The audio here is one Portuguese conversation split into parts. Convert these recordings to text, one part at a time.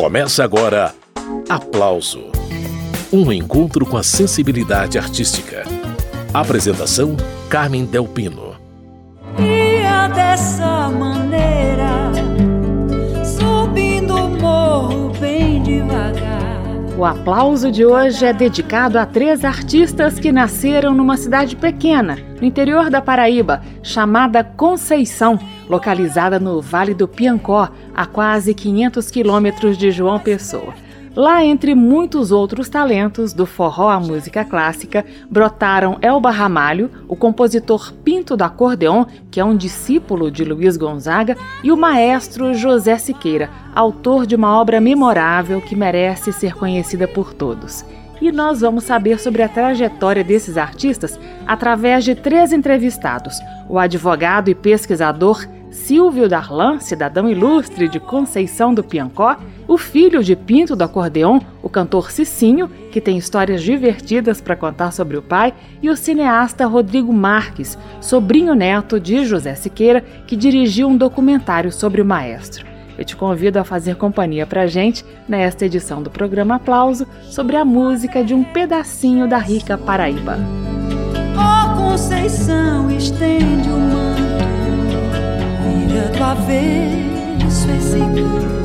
Começa agora Aplauso, um encontro com a sensibilidade artística. Apresentação, Carmen Del Pino. Ia dessa maneira, subindo o morro bem devagar. O aplauso de hoje é dedicado a 3 artistas que nasceram numa cidade pequena, no interior da Paraíba, chamada Conceição, localizada no Vale do Piancó, a quase 500 quilômetros de João Pessoa. Lá, entre muitos outros talentos, do forró à música clássica, brotaram Elba Ramalho, o compositor Pinto do Acordeon, que é um discípulo de Luiz Gonzaga, e o maestro José Siqueira, autor de uma obra memorável que merece ser conhecida por todos. E nós vamos saber sobre a trajetória desses artistas através de 3 entrevistados: o advogado e pesquisador Silvio Darlan, cidadão ilustre de Conceição do Piancó, o filho de Pinto do Acordeon, o cantor Cicinho, que tem histórias divertidas para contar sobre o pai, e o cineasta Rodrigo Marques, sobrinho neto de José Siqueira, que dirigiu um documentário sobre o maestro. Eu te convido a fazer companhia pra gente nesta edição do programa Aplauso sobre a música de um pedacinho da rica Paraíba. Ó Conceição, estende o manto, vira do avesso esse canto.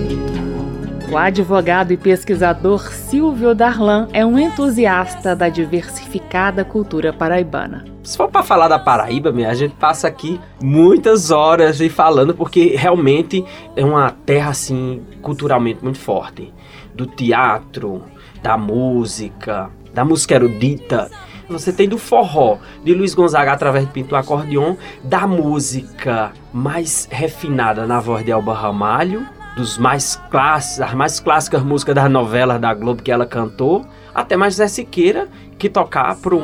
O advogado e pesquisador Silvio Darlan é um entusiasta da diversificada cultura paraibana. Se for para falar da Paraíba, a gente passa aqui muitas horas falando, porque realmente é uma terra assim culturalmente muito forte. Do teatro, da música erudita. Você tem do forró, de Luiz Gonzaga através de Pinto do Acordeon, da música mais refinada na voz de Elba Ramalho, dos mais clássicos, as mais clássicas músicas das novelas da Globo que ela cantou, até mais Zé Siqueira, que tocar para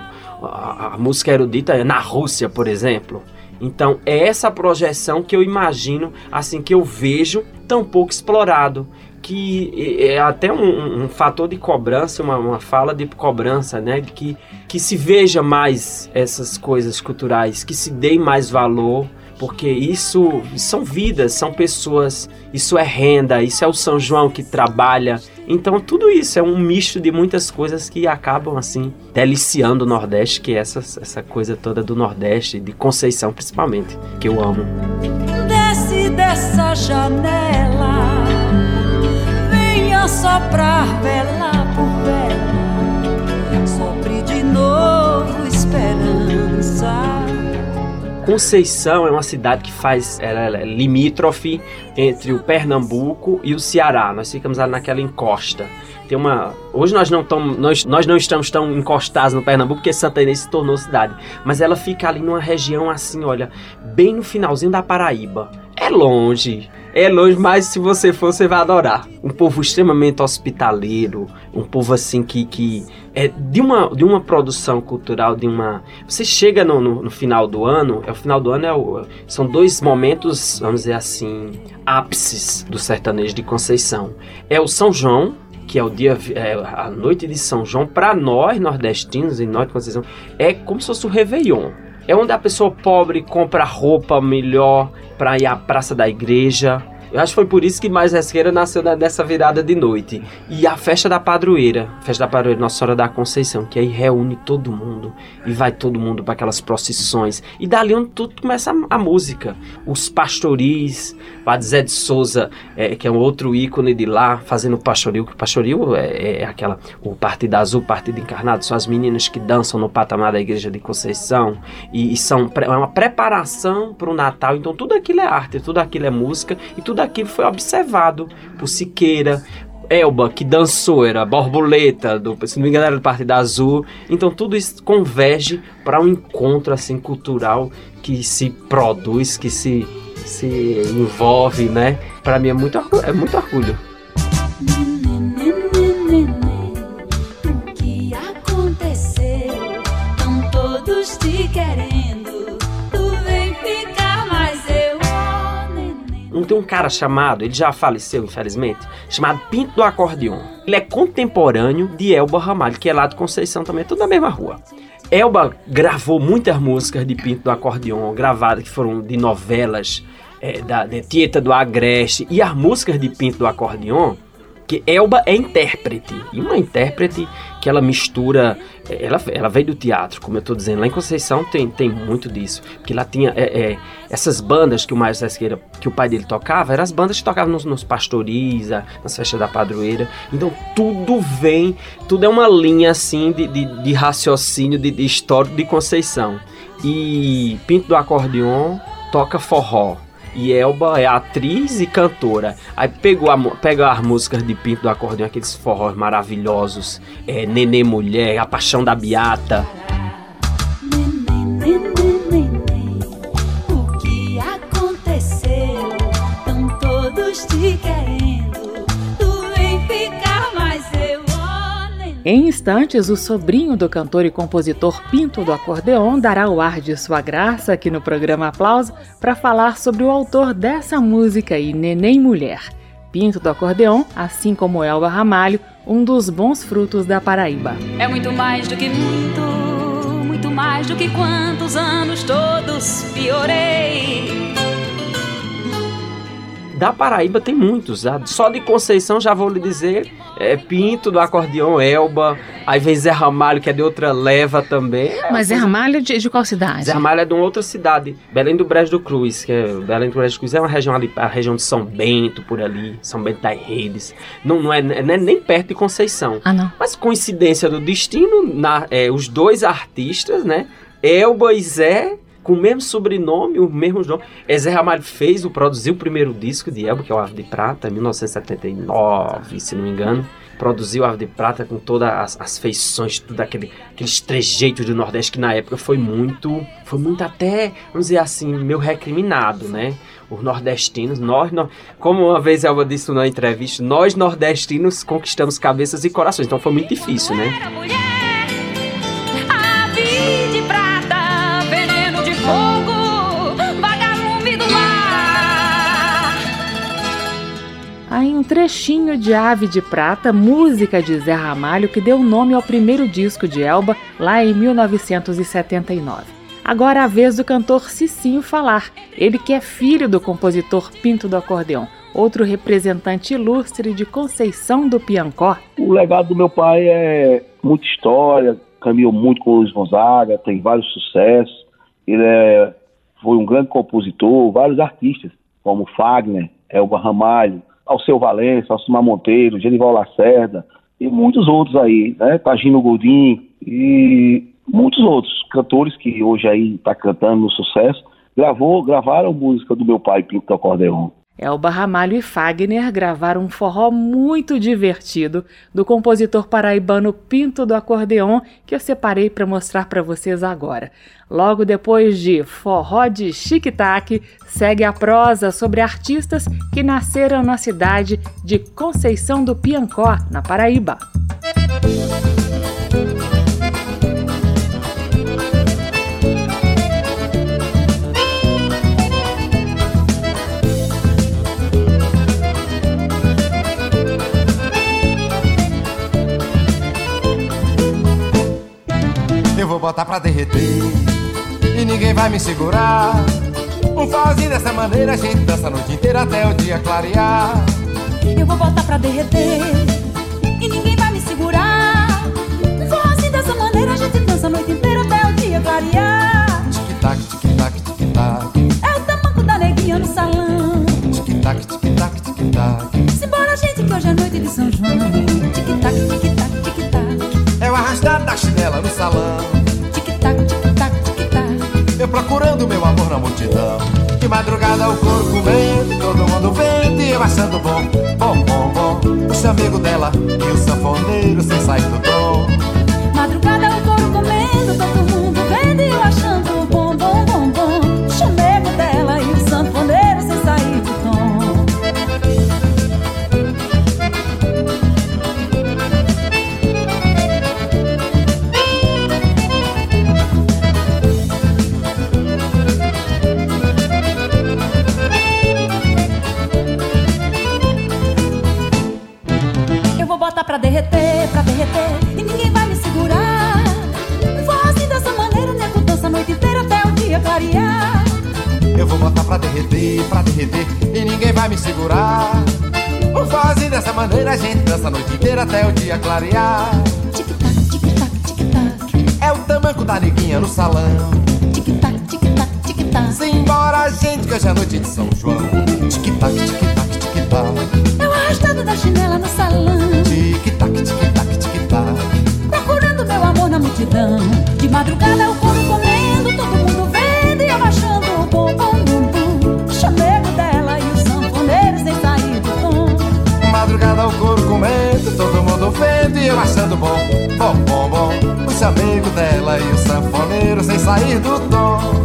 a música erudita na Rússia, por exemplo. Então é essa projeção que eu imagino, assim, que eu vejo tão pouco explorado, que é até um fator de cobrança, uma fala de cobrança, né? Que se veja mais essas coisas culturais, que se dê mais valor, porque isso são vidas, são pessoas, isso é renda, isso é o São João que trabalha. Então tudo isso é um misto de muitas coisas que acabam assim deliciando o Nordeste, que é essa coisa toda do Nordeste, de Conceição principalmente, que eu amo. Desce dessa janela, venha soprar vela por vela, sopre de novo esperança. Conceição é uma cidade que ela é limítrofe entre o Pernambuco e o Ceará. Nós ficamos lá naquela encosta. Hoje nós não estamos tão encostados no Pernambuco, porque Santa Inês se tornou cidade. Mas ela fica ali numa região assim, olha, bem no finalzinho da Paraíba. É longe, mas se você for, você vai adorar. Um povo extremamente hospitaleiro, um povo assim que é de uma produção cultural, Você chega no final do ano, são 2 momentos, vamos dizer assim, ápices do sertanejo de Conceição. É o São João, que é a noite de São João, para nós nordestinos, e nós de Conceição, é como se fosse o Réveillon. É onde a pessoa pobre compra roupa melhor para ir à praça da igreja. Eu acho que foi por isso que Mais Resqueira nasceu nessa virada de noite. E a festa da padroeira Nossa Senhora da Conceição, que aí reúne todo mundo e vai todo mundo para aquelas procissões. E dali onde tudo começa a música. Os pastoris, Padre Zé de Souza, que é um outro ícone de lá, fazendo pastoril. Que o pastoril é o Partido Azul, Partido Encarnado, são as meninas que dançam no patamar da igreja de Conceição. E é uma preparação para o Natal. Então tudo aquilo é arte, tudo aquilo é música e tudo aquilo foi observado por Siqueira, Elba, que dançou, era borboleta, se não me engano era do Partido Azul. Então tudo isso converge para um encontro assim, cultural que se produz, que se envolve, né? Para mim é muito orgulho. O que aconteceu? Estão todos te querendo. Tem um cara chamado, ele já faleceu infelizmente, chamado Pinto do Acordeon. Ele é contemporâneo de Elba Ramalho, que é lá de Conceição também, tudo na mesma rua. Elba gravou muitas músicas de Pinto do Acordeon, gravadas que foram de novelas de Tieta do Agreste e as músicas de Pinto do Acordeon, que Elba é intérprete, e uma intérprete que ela mistura, ela veio do teatro, como eu estou dizendo, lá em Conceição tem muito disso, porque lá tinha essas bandas que o Mário Sesqueira, que o pai dele tocava, eram as bandas que tocavam nos pastoris, nas festas da padroeira, então tudo é uma linha assim de raciocínio, de histórico de Conceição, e Pinto do Acordeon toca forró, e Elba é atriz e cantora. Aí pega as músicas de Pinto do Acordeon, aqueles forrós maravilhosos, Nenê Mulher, A Paixão da Beata. O que aconteceu? Tão todos te querendo. Tu vem ficar, mas eu Em instantes, o sobrinho do cantor e compositor Pinto do Acordeon dará o ar de sua graça aqui no programa Aplauso para falar sobre o autor dessa música aí, Neném Mulher. Pinto do Acordeon, assim como Elba Ramalho, um dos bons frutos da Paraíba. É muito mais do que muito mais do que quantos anos todos piorei. Da Paraíba tem muitos, só de Conceição já vou lhe dizer, Pinto do Acordeon, Elba, aí vem Zé Ramalho, que é de outra leva também. Mas Zé Ramalho é de qual cidade? Zé Ramalho é de uma outra cidade, Belém do Brejo do Cruz, Belém do Brejo do Cruz é uma região ali, a região de São Bento, por ali, São Bento das Redes, não é nem perto de Conceição. Ah, não. Mas coincidência do destino, os dois artistas, né, Elba e Zé, com o mesmo sobrenome, o mesmo nome. Zé Ramalho produziu o primeiro disco de Elba, que é o Ave de Prata, em 1979, se não me engano. Produziu o Ave de Prata com todas as feições, tudo aqueles trejeitos do Nordeste, que na época foi muito até, vamos dizer assim, meio recriminado, né? Os nordestinos, como uma vez Elba disse na entrevista, nós nordestinos conquistamos cabeças e corações, então foi muito difícil, né? Aí um trechinho de Ave de Prata, música de Zé Ramalho, que deu nome ao primeiro disco de Elba, lá em 1979. Agora a vez do cantor Cicinho falar, ele que é filho do compositor Pinto do Acordeon, outro representante ilustre de Conceição do Piancó. O legado do meu pai é muita história, caminhou muito com o Luiz Gonzaga, tem vários sucessos, ele foi um grande compositor, vários artistas, como Fagner, Elba Ramalho, Alceu Valença, Alcimar Monteiro, Genival Lacerda e muitos outros aí, né? Tagino Godin e muitos outros cantores que hoje aí tá cantando no sucesso, gravaram música do meu pai, Pinto do Acordeon. Elba Ramalho e Fagner gravaram um forró muito divertido do compositor paraibano Pinto do Acordeon, que eu separei para mostrar para vocês agora. Logo depois de Forró de Tic-Tac, segue a prosa sobre artistas que nasceram na cidade de Conceição do Piancó, na Paraíba. Eu vou botar pra derreter e ninguém vai me segurar. Um forrozinho dessa maneira a gente dança a noite inteira até o dia clarear. Eu vou botar pra derreter e ninguém vai me segurar. Um forrozinho dessa maneira a gente dança a noite inteira até o dia clarear. Tic-tac, tic-tac, tic-tac. É o tamanco da neguinha no salão. Tic-tac, tic-tac, tic-tac. Simbora, gente, que hoje é noite de São João. Tic-tac, tic-tac, tic-tac. É o arrastar da chinela no salão. Tic-tac, tic-tac, tic-tac. Eu procurando meu amor na multidão. De madrugada o couro comendo, todo mundo vendo e eu achando bom. Bom, bom, bom. O chamego dela e o sanfoneiro sem sair do tom. Madrugada o couro comendo, todo mundo vendo e eu achando bom, bom, bom, bom. O chamego dela e o sanfoneiro sem sair do tom. Pra derreter, e ninguém vai me segurar. Um forró assim dessa maneira, nego dança a noite inteira até o dia clarear. Eu vou botar pra derreter, e ninguém vai me segurar. O forrozinho dessa maneira a gente dança a noite inteira até o dia clarear. Tic-tac, tic-tac, tic-tac. É o tamanco da neguinha no salão. Tic-tac, tic-tac, tic-tac. Simbora, gente, que hoje é noite de São João. Tic-tac, tic-tac, tic-tac. É o arrastado da chinela no salão. Tic-tac, tic-tac, tic-tac. Procurando meu amor na multidão. De madrugada o couro comendo, todo mundo vendo e eu achando o bom, bom, bom, bom. O chamego dela e o sanfoneiro sem sair do tom. Madrugada o couro comendo, todo mundo vendo e eu achando bom, bom, bom, bom. O chamego dela e o sanfoneiro sem sair do tom.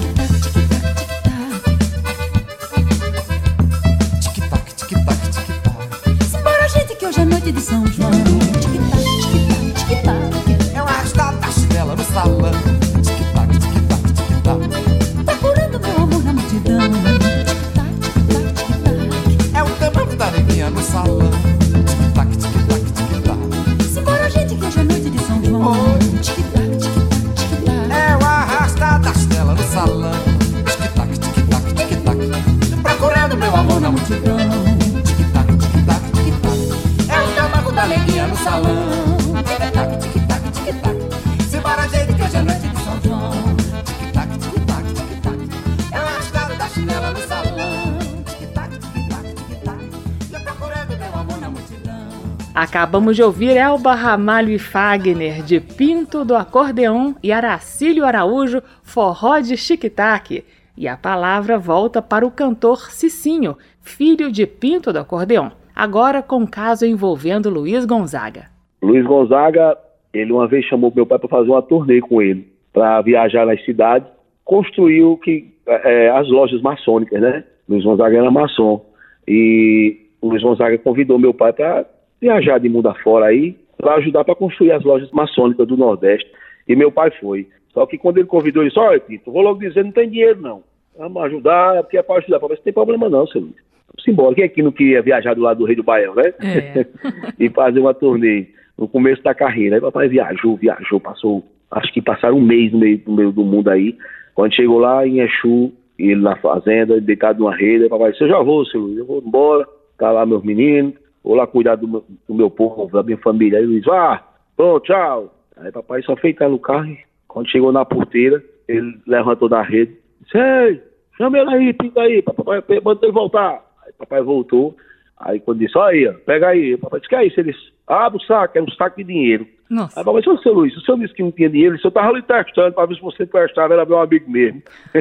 Tic-tac, tic-tac, tic-tac. Simbora, gente, que hoje é noite de São João. Tic-tac, tic-tac, tic-tac. É o arrastado da chinela no salão. Tic-tac, tic-tac, tic-tac. Procurando meu amor na multidão. Tic-tac, tic-tac, tic-tac. É o tamanco da neguinha no salão. Tic-tac, tic-tac, tic-tac. Simbora, gente, que hoje é noite de São João. Oi. Tic-tac, tic-tac, tic-tac. É o arrastado da chinela no salão. Tic-tac, tic-tac, tic-tac. Procurando meu amor na multidão. Tic-tac, tic-tac, tic-tac. É o tamanco da neguinha no salão. Tic-tac, tic-tac, tic-tac. Simbora, gente, que hoje é noite de São João. Tic-tac, tic-tac, tic-tac. É o arrastado da chinela no salão. Tic-tac, tic-tac, tic-tac. Eu procurando meu amor na multidão. Acabamos de ouvir Elba Ramalho e Fagner, de Pinto do Acordeon, e Aracílio Araújo, Forró de Tic-tac. E a palavra volta para o cantor Cicinho, filho de Pinto do Acordeon, agora com um caso envolvendo Luiz Gonzaga. Luiz Gonzaga, ele uma vez chamou meu pai para fazer uma turnê com ele, para viajar nas cidades, construiu as lojas maçônicas, né? Luiz Gonzaga era maçom, e o Luiz Gonzaga convidou meu pai para viajar de mundo afora aí, para ajudar para construir as lojas maçônicas do Nordeste, e meu pai foi. Só que quando ele convidou, ele disse: olha, Pinto, vou logo dizer, não tem dinheiro não, vamos ajudar, porque é para ajudar, para ver se tem problema não, seu Luiz. Vamos embora, quem aqui não queria viajar do lado do Rei do Baião, né? É. E fazer uma turnê no começo da carreira. Aí o papai viajou, passou, acho que passaram um mês no meio do mundo aí. Quando chegou lá em Exu, ele na fazenda, deitado numa rede, aí o papai disse: eu já vou, seu Luiz, eu vou embora, tá lá meus meninos, vou lá cuidar do meu povo, da minha família. Aí o Luiz: pronto, tchau. Aí o papai só fez entrar no carro, e quando chegou na porteira, ele levantou da rede, disse: ei, chama ele aí, pinta aí, papai, manda ele voltar. Aí o papai voltou, aí quando disse: olha aí, pega aí, o papai disse: que é isso? Ele disse: abre o saco, é um saco de dinheiro. Nossa. Aí o papai disse: ô, seu Luiz, o senhor disse que não tinha dinheiro, eu tava ali testando para ver se você prestava, era meu amigo mesmo.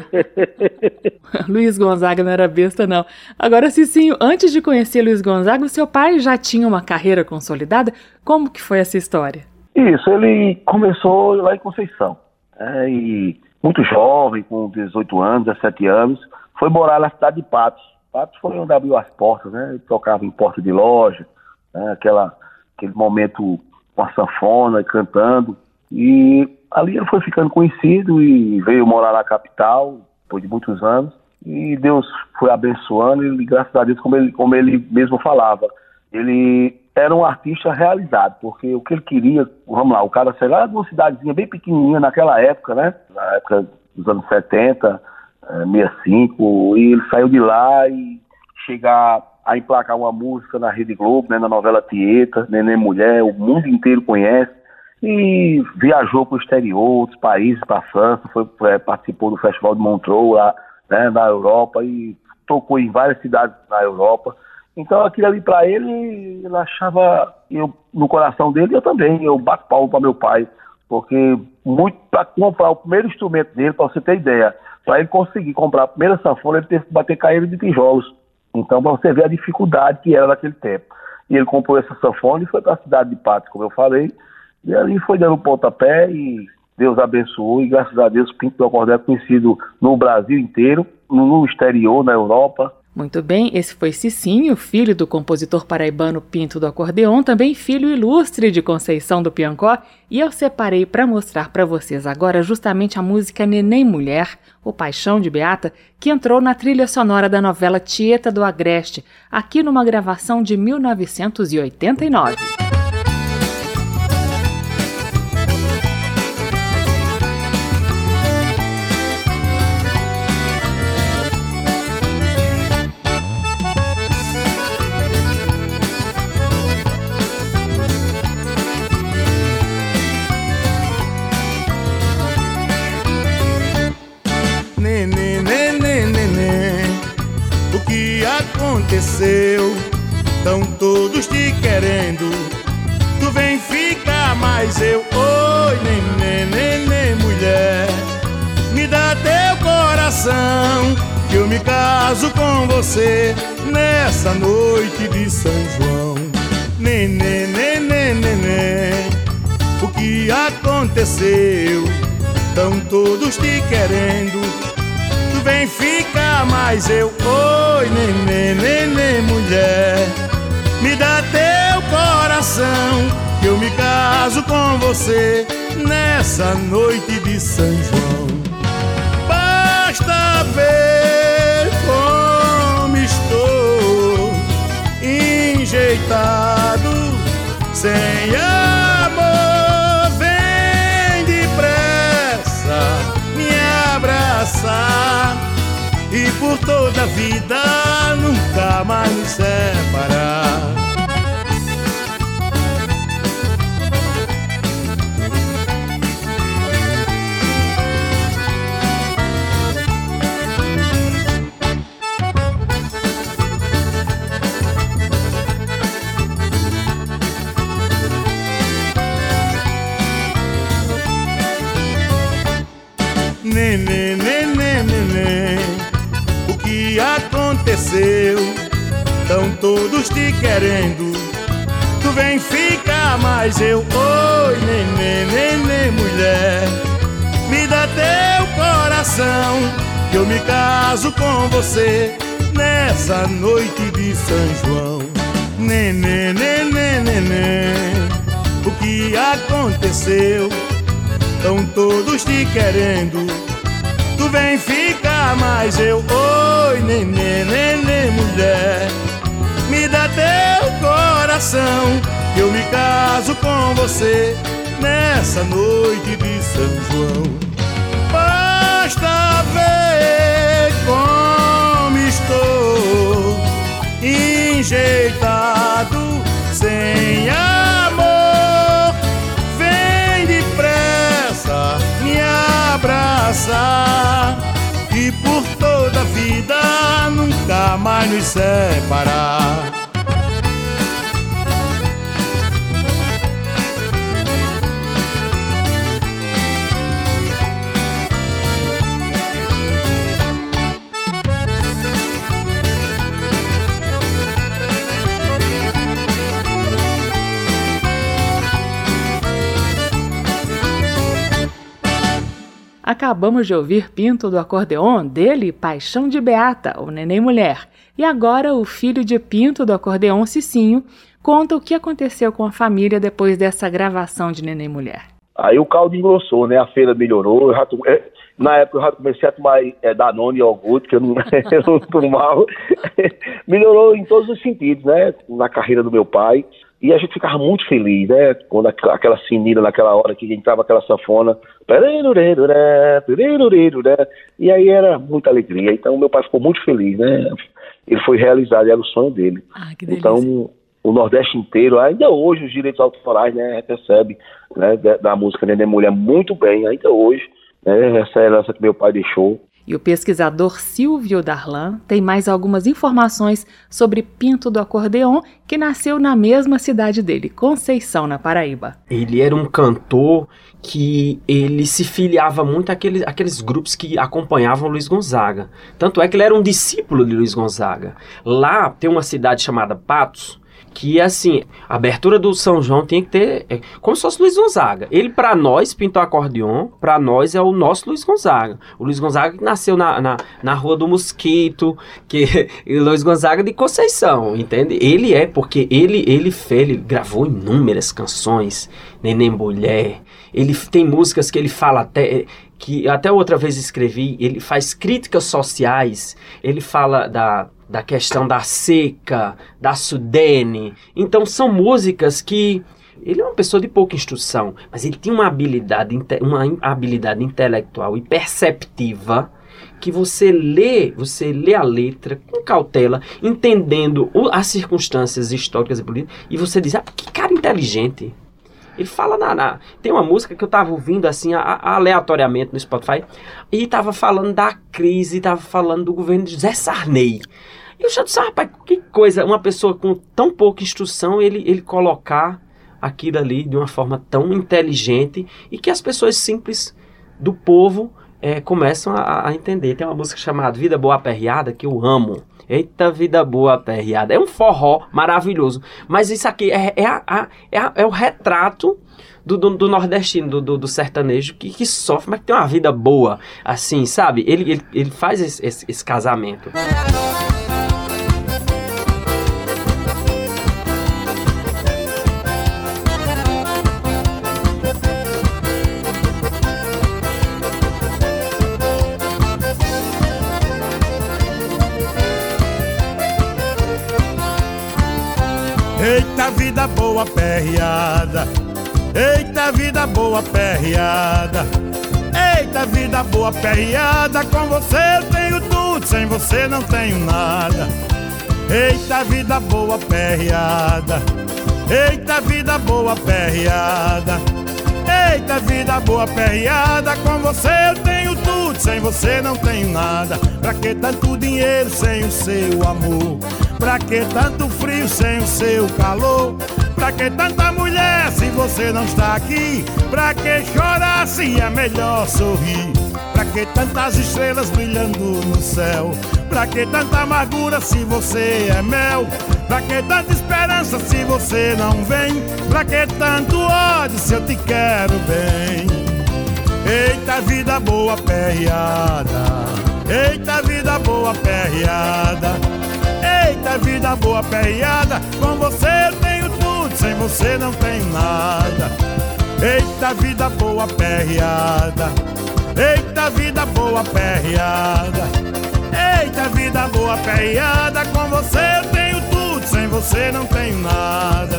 Luiz Gonzaga não era besta, não. Agora, Cicinho, antes de conhecer Luiz Gonzaga, o seu pai já tinha uma carreira consolidada? Como que foi essa história? Isso, ele começou lá em Conceição, e muito jovem, com 18 anos, 17 anos, foi morar na cidade de Patos. Patos foi onde abriu as portas, né? Ele tocava em porta de loja, né? Aquele momento com a sanfona, cantando, e ali ele foi ficando conhecido e veio morar na capital, depois de muitos anos, e Deus foi abençoando, e graças a Deus, como ele mesmo falava, ele era um artista realizado, porque o que ele queria, vamos lá, o cara saiu lá de uma cidadezinha bem pequenininha naquela época, né? Na época dos anos 70, 65, e ele saiu de lá e chegar a emplacar uma música na Rede Globo, né, na novela Tieta, Neném Mulher, o mundo inteiro conhece, e viajou para o exterior, outros países, para a França, participou do Festival de Montreux lá, né, na Europa, e tocou em várias cidades na Europa. Então aquilo ali para ele achava, no coração dele, eu também, eu bato palmo para meu pai, porque muito para comprar o primeiro instrumento dele, para você ter ideia, para ele conseguir comprar a primeira sanfona, ele teve que bater caída de tijolos. Então, para você ver a dificuldade que era naquele tempo. E ele comprou essa sanfona e foi para a cidade de Patos, como eu falei, e ali foi dando um pontapé e Deus abençoou, e graças a Deus Pinto do Acordeon é conhecido no Brasil inteiro, no exterior, na Europa. Muito bem, esse foi Cicinho, filho do compositor paraibano Pinto do Acordeon, também filho ilustre de Conceição do Piancó, e eu separei para mostrar para vocês agora justamente a música Neném Mulher, o Paixão de Beata, que entrou na trilha sonora da novela Tieta do Agreste, aqui numa gravação de 1989. aconteceu, tão todos te querendo. Tu vem ficar, mas eu, oi, neném, mulher, me dá teu coração, que eu me caso com você nessa noite de São João. Neném, o que aconteceu? Tão todos te querendo. Tu vem ficar, mas eu, oi, neném, mulher, me dá teu coração, que eu me caso com você nessa noite de São João. Basta ver como estou enjeitado, sem amor, vem depressa me abraçar, e por toda a vida nunca mais nos separar. Neném, o que aconteceu? Tão todos te querendo. Tu vem ficar, mas eu, oi, neném, mulher, me dá teu coração, que eu me caso com você nessa noite de São João. Neném, o que aconteceu? Tão todos te querendo. Tu vem ficar, mas eu, oi, neném, mulher, me dá teu coração, que eu me caso com você nessa noite de São João. Basta ver como estou enjeitado, sem amor, vem depressa me abraçar, e por toda a vida nunca mais nos separar. Acabamos de ouvir Pinto do Acordeon, dele Paixão de Beata, o Neném Mulher. E agora o filho de Pinto do Acordeon, Cicinho, conta o que aconteceu com a família depois dessa gravação de Neném Mulher. Aí o caldo engrossou, né? A feira melhorou. Na época eu já comecei a tomar Danone e iogurte, que eu não tomava. Melhorou em todos os sentidos, né? Na carreira do meu pai. E a gente ficava muito feliz, né? Quando aquela sinira, naquela hora que entrava aquela sanfona. E aí era muita alegria. Então meu pai ficou muito feliz, né? Ele foi realizado, era o sonho dele. Ah, que delícia. Então o Nordeste inteiro, ainda hoje os direitos autorais, né, recebe, né, da música Neném Mulher muito bem, ainda hoje, né, essa herança que meu pai deixou. E o pesquisador Silvio Darlan tem mais algumas informações sobre Pinto do Acordeon, que nasceu na mesma cidade dele, Conceição, na Paraíba. Ele era um cantor que ele se filiava muito àqueles grupos que acompanhavam Luiz Gonzaga. Tanto é que ele era um discípulo de Luiz Gonzaga. Lá tem uma cidade chamada Patos, que, assim, a abertura do São João tem que ter, como se fosse Luiz Gonzaga. Ele, pra nós, Pinto Acordeon, pra nós é o nosso Luiz Gonzaga. O Luiz Gonzaga que nasceu na Rua do Mosquito, e Luiz Gonzaga de Conceição, entende? Ele porque ele gravou inúmeras canções, Neném Mulher, ele tem músicas que ele fala que até outra vez escrevi, ele faz críticas sociais, ele fala da questão da seca, da Sudene. Então são músicas que... Ele é uma pessoa de pouca instrução, mas ele tinha uma habilidade intelectual e perceptiva que você lê a letra com cautela, entendendo as circunstâncias históricas e políticas, e você diz, que cara inteligente. Ele fala tem uma música que eu tava ouvindo assim aleatoriamente no Spotify, e tava falando da crise, tava falando do governo de José Sarney. E eu já disse, rapaz, coisa, uma pessoa com tão pouca instrução, ele colocar aquilo ali de uma forma tão inteligente e que as pessoas simples do povo começam a entender. Tem uma música chamada Vida Boa Aperreada que eu amo. Eita, vida boa aperreada. É um forró maravilhoso. Mas isso aqui é o retrato do nordestino, do sertanejo que sofre, mas que tem uma vida boa. Assim, sabe? Ele faz esse casamento. Eita vida boa perreada, eita vida boa perreada, eita vida boa perreada, com você eu tenho tudo, sem você não tenho nada. Eita vida boa perreada, eita vida boa perreada, eita vida boa perreada, com você eu tenho tudo, sem você não tenho nada. Pra que tanto dinheiro sem o seu amor? Pra que tanto frio sem o seu calor? Pra que tanta mulher se você não está aqui? Pra que chorar se é melhor sorrir? Pra que tantas estrelas brilhando no céu? Pra que tanta amargura se você é mel? Pra que tanta esperança se você não vem? Pra que tanto ódio se eu te quero bem? Eita vida boa perreada, eita vida boa perreada, eita vida boa perreada, com você eu tenho tudo, sem você não tenho nada. Eita vida boa perreada, eita vida boa perreada, eita vida boa perreada, com você eu tenho tudo, sem você não tenho nada.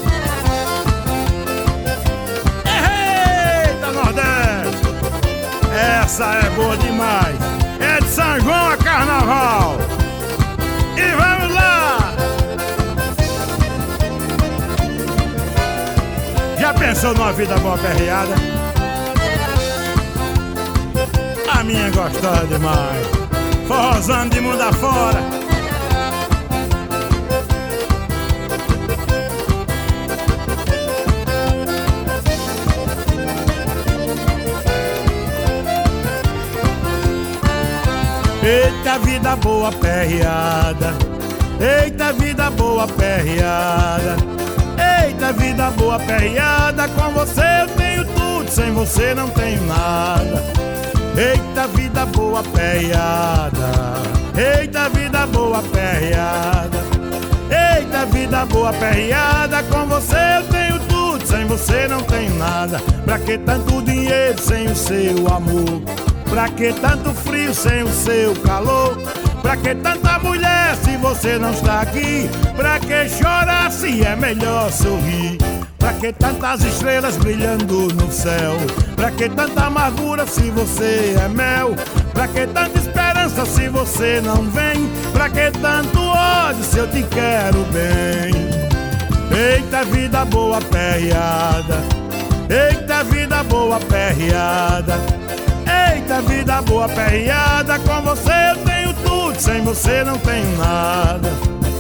Eita Nordeste, essa é boa demais, é de São João a Carnaval. E vamos lá! Já pensou numa vida boa perreada? A minha gostosa demais, forrozando de mundo afora. Eita vida boa perreada, eita vida boa perreada, eita vida boa perreada, com você eu tenho tudo, sem você não tenho nada. Eita vida boa perreada, eita vida boa perreada, eita vida boa perreada, com você eu tenho tudo, sem você não tenho nada. Pra que tanto dinheiro sem o seu amor? Pra que tanto frio sem o seu calor? Pra que tanta mulher se você não está aqui? Pra que chorar se é melhor sorrir? Pra que tantas estrelas brilhando no céu? Pra que tanta amargura se você é mel? Pra que tanta esperança se você não vem? Pra que tanto ódio se eu te quero bem? Eita vida boa perreada, eita vida boa perreada, eita vida boa perreada, com você eu tenho tudo, sem você não tenho nada.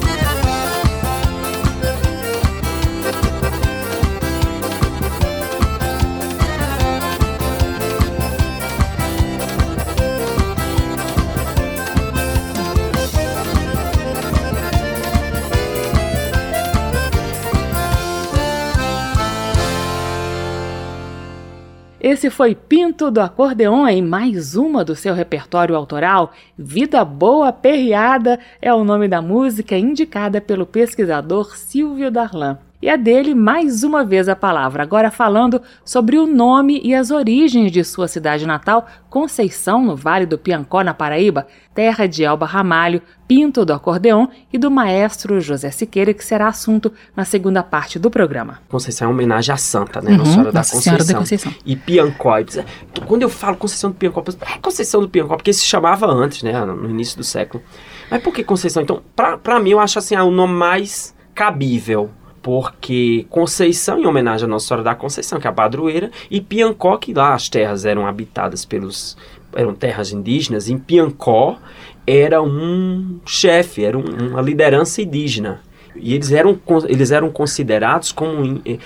Esse foi Pinto do Acordeon em mais uma do seu repertório autoral. Vida Boa Perreada é o nome da música indicada pelo pesquisador Silvio Darlan. E é dele mais uma vez a palavra, agora falando sobre o nome e as origens de sua cidade natal, Conceição, no Vale do Piancó, na Paraíba, terra de Elba Ramalho, Pinto do Acordeon e do maestro José Siqueira, que será assunto na segunda parte do programa. Conceição é uma homenagem à santa, né? Nossa Senhora da Nossa Senhora da Conceição. E Piancó. Quando eu falo Conceição do Piancó, é Conceição do Piancó, porque se chamava antes, né? No início do século. Mas por que Conceição? Então, pra mim, eu acho assim, o nome mais cabível. Porque Conceição, em homenagem à Nossa Senhora da Conceição, que é a padroeira, e Piancó, que lá as terras eram habitadas eram terras indígenas. Em Piancó era um chefe, era uma liderança indígena. E eles eram considerados como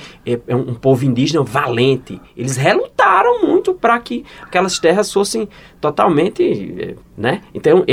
um povo indígena valente. Eles relutaram muito para que aquelas terras fossem totalmente, né? Então,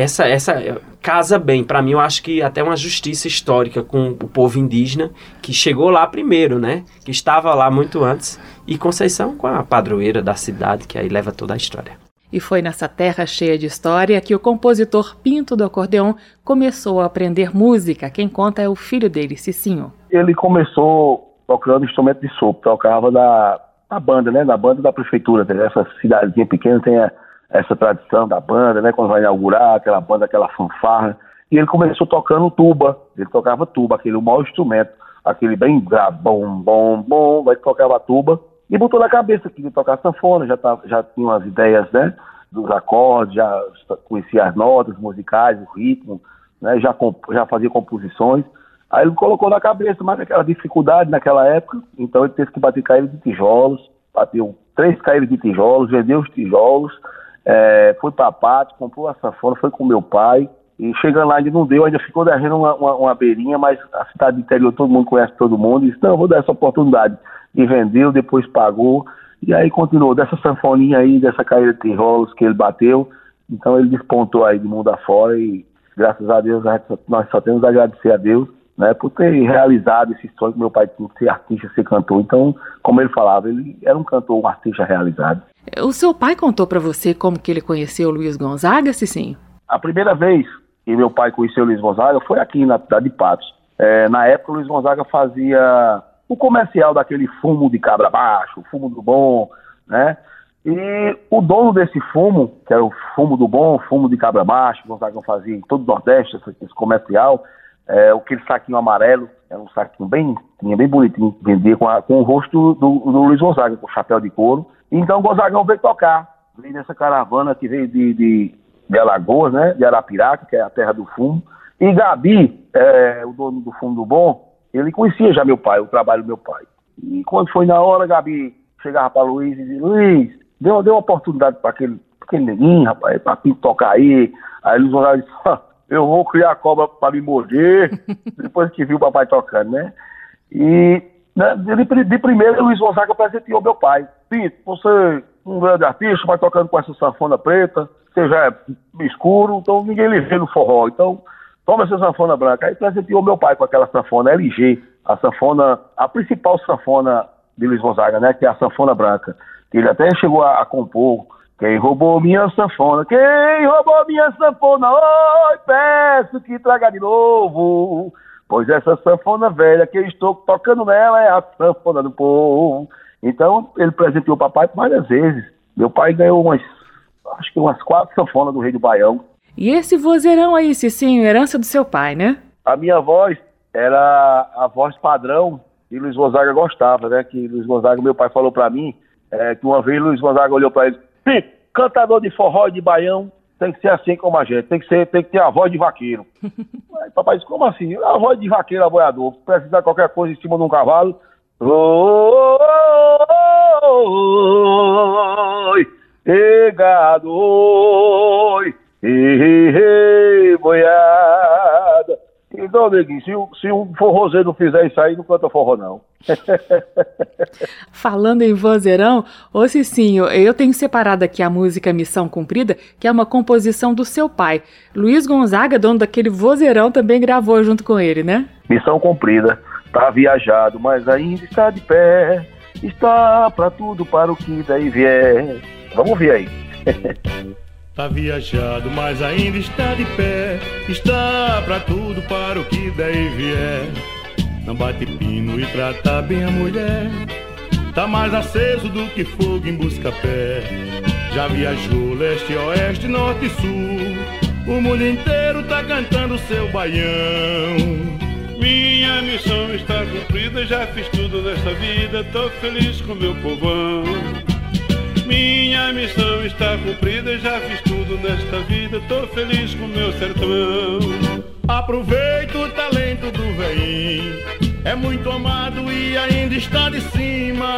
essa casa bem. Para mim, eu acho que até uma justiça histórica com o povo indígena, que chegou lá primeiro, né? Que estava lá muito antes. E Conceição com a padroeira da cidade, que aí leva toda a história. E foi nessa terra cheia de história que o compositor Pinto do acordeon começou a aprender música. Quem conta é o filho dele, Cicinho. Ele começou tocando instrumento de sopro, tocava na banda, né? Na banda da prefeitura. Essa cidadezinha pequena tem essa tradição da banda, né? Quando vai inaugurar aquela banda, aquela fanfarra. E ele começou tocando tuba. Ele tocava tuba, aquele maior instrumento, aquele bem bom, bom, bom, vai tocava tuba. E botou na cabeça que ia tocar sanfona, já tinha umas ideias, né, dos acordes, já conhecia as notas musicais, o ritmo, né, já fazia composições. Aí ele colocou na cabeça, mas aquela dificuldade naquela época, então ele teve que bater caída de tijolos, bateu 3 caídas de tijolos, vendeu os tijolos, foi para a pátio, comprou a sanfona, foi com meu pai, e chegando lá ainda não deu, ainda ficou devendo uma beirinha, mas a cidade do interior todo mundo conhece todo mundo, e disse, não, vou dar essa oportunidade. E vendeu, depois pagou, e aí continuou, dessa sanfoninha aí, dessa caída de tijolos que ele bateu, então ele despontou aí de mundo afora, e graças a Deus nós só temos a agradecer a Deus, né, por ter realizado esse sonho que meu pai tinha, de ser artista, ser cantor. Então, como ele falava, ele era um cantor, um artista realizado. O seu pai contou pra você como que ele conheceu o Luiz Gonzaga, Cicinho? A primeira vez que meu pai conheceu o Luiz Gonzaga foi aqui na cidade de Patos. Na época, o Luiz Gonzaga fazia o comercial daquele fumo de cabra baixo, o fumo do bom, né? E o dono desse fumo, que era o fumo do bom, o fumo de cabra baixo, o Gonzaga fazia em todo o Nordeste, esse comercial, aquele saquinho amarelo, era um saquinho bem bonitinho, vendia com o rosto do Luiz Gonzaga, com o chapéu de couro. Então o Gonzagão veio tocar, veio nessa caravana que veio de Alagoas, né, de Arapiraca, que é a terra do fumo. E Gabi, o dono do fumo do bom, ele conhecia já meu pai, o trabalho do meu pai. E quando foi na hora, Gabi chegava para Luiz e dizia, Luiz, deu uma oportunidade para aquele neguinho, rapaz, para tocar aí. Aí Luiz Gonzaga disse, eu vou criar cobra para me morder, depois que viu o papai tocando, né? E de primeiro, Luiz Gonzaga presenteou meu pai. Pinto, você, um grande artista, vai tocando com essa sanfona preta, você já é escuro, então ninguém lhe vê no forró, então toma essa sanfona branca. Aí presenteou meu pai com aquela sanfona LG, a sanfona, a principal sanfona de Luiz Gonzaga, né? Que é a sanfona branca, que ele até chegou a compor. Quem roubou minha sanfona? Quem roubou minha sanfona? Oi, peço que traga de novo, pois essa sanfona velha que eu estou tocando nela é a sanfona do povo. Então, ele presenteou o papai várias vezes. Meu pai ganhou acho que umas 4 sanfonas do Rei do Baião. E esse vozeirão aí, Cicinho, herança do seu pai, né? A minha voz era a voz padrão que Luiz Gonzaga gostava, né? Que Luiz Gonzaga, meu pai falou pra mim, que uma vez Luiz Gonzaga olhou pra ele, cantador de forró e de baião tem que ser assim como a gente, tem que ter a voz de vaqueiro. Aí, papai disse, como assim? A voz de vaqueiro aboiador, precisar de qualquer coisa em cima de um cavalo. Oi, gado, oi, boiada. Então, neguinho, se um forrozeiro não fizer isso aí, não canta forró, não. Falando em vozeirão, ô Cicinho, eu tenho separado aqui a música Missão Cumprida, que é uma composição do seu pai. Luiz Gonzaga, dono daquele vozeirão, também gravou junto com ele, né? Missão Cumprida, tá viajado, mas ainda está de pé, está pra tudo, para o que daí vier. Vamos ver aí. Tá viajado, mas ainda está de pé, está pra tudo, para o que daí vier. Não bate pino e trata bem a mulher, tá mais aceso do que fogo em busca-pé. Já viajou leste, oeste, norte e sul, o mundo inteiro tá cantando seu baião. Minha missão está cumprida, já fiz tudo nesta vida, tô feliz com meu povão. Minha missão está cumprida, já fiz tudo nesta vida, tô feliz com meu sertão. Aproveita o talento do velhinho, é muito amado e ainda está de cima.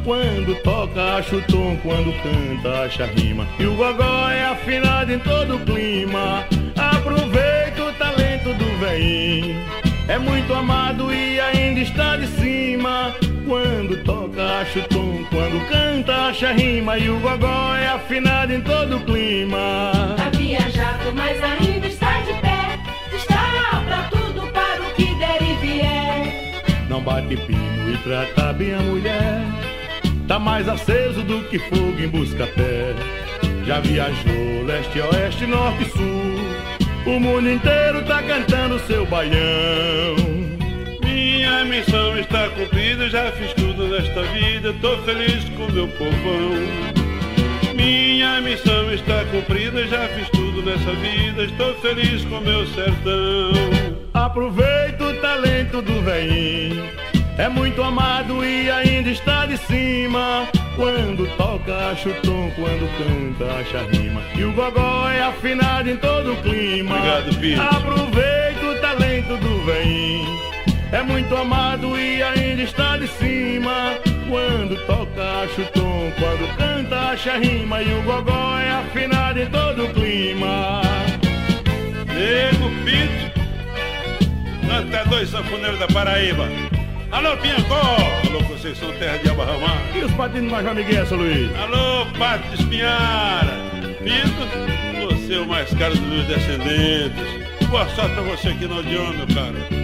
quando toca acha o tom, quando canta acha rima. E o gogó é afinado em todo clima. Aproveita o talento do velhinho, é muito amado e ainda está de cima. Quando toca acha o tom, quando canta acha rima. E o gogó é afinado em todo clima. Tá viajado, mas ainda está de pé, está pra tudo, para o que der e vier. Não bate pino e trata bem a mulher, tá mais aceso do que fogo em busca-pé. Já viajou leste, oeste, norte e sul, o mundo inteiro tá cantando seu baião. Minha missão está cumprida, já fiz tudo nesta vida, tô feliz com meu povão. Minha missão está cumprida, já fiz tudo nessa vida, estou feliz com meu sertão. Aproveita o talento do velhinho, é muito amado e ainda está de cima. Quando toca acha o tom, quando canta acha rima. E o gogó é afinado em todo o clima. Obrigado, Pinto. Aproveita o talento do velhinho, é muito amado e ainda está de cima. Quando toca acha o tom, quando canta acha rima. E o gogó é afinado em todo o clima. Nego Pinto, cantadores sanfoneiros da Paraíba. Alô, Piancó! Alô, Conceição, terra de Abarramar. E os patinos mais amiguinhos, Luiz? Alô, Pato Espinhara. Pinto, você é o mais caro dos meus descendentes. Boa sorte pra você aqui no Odeon, meu caro.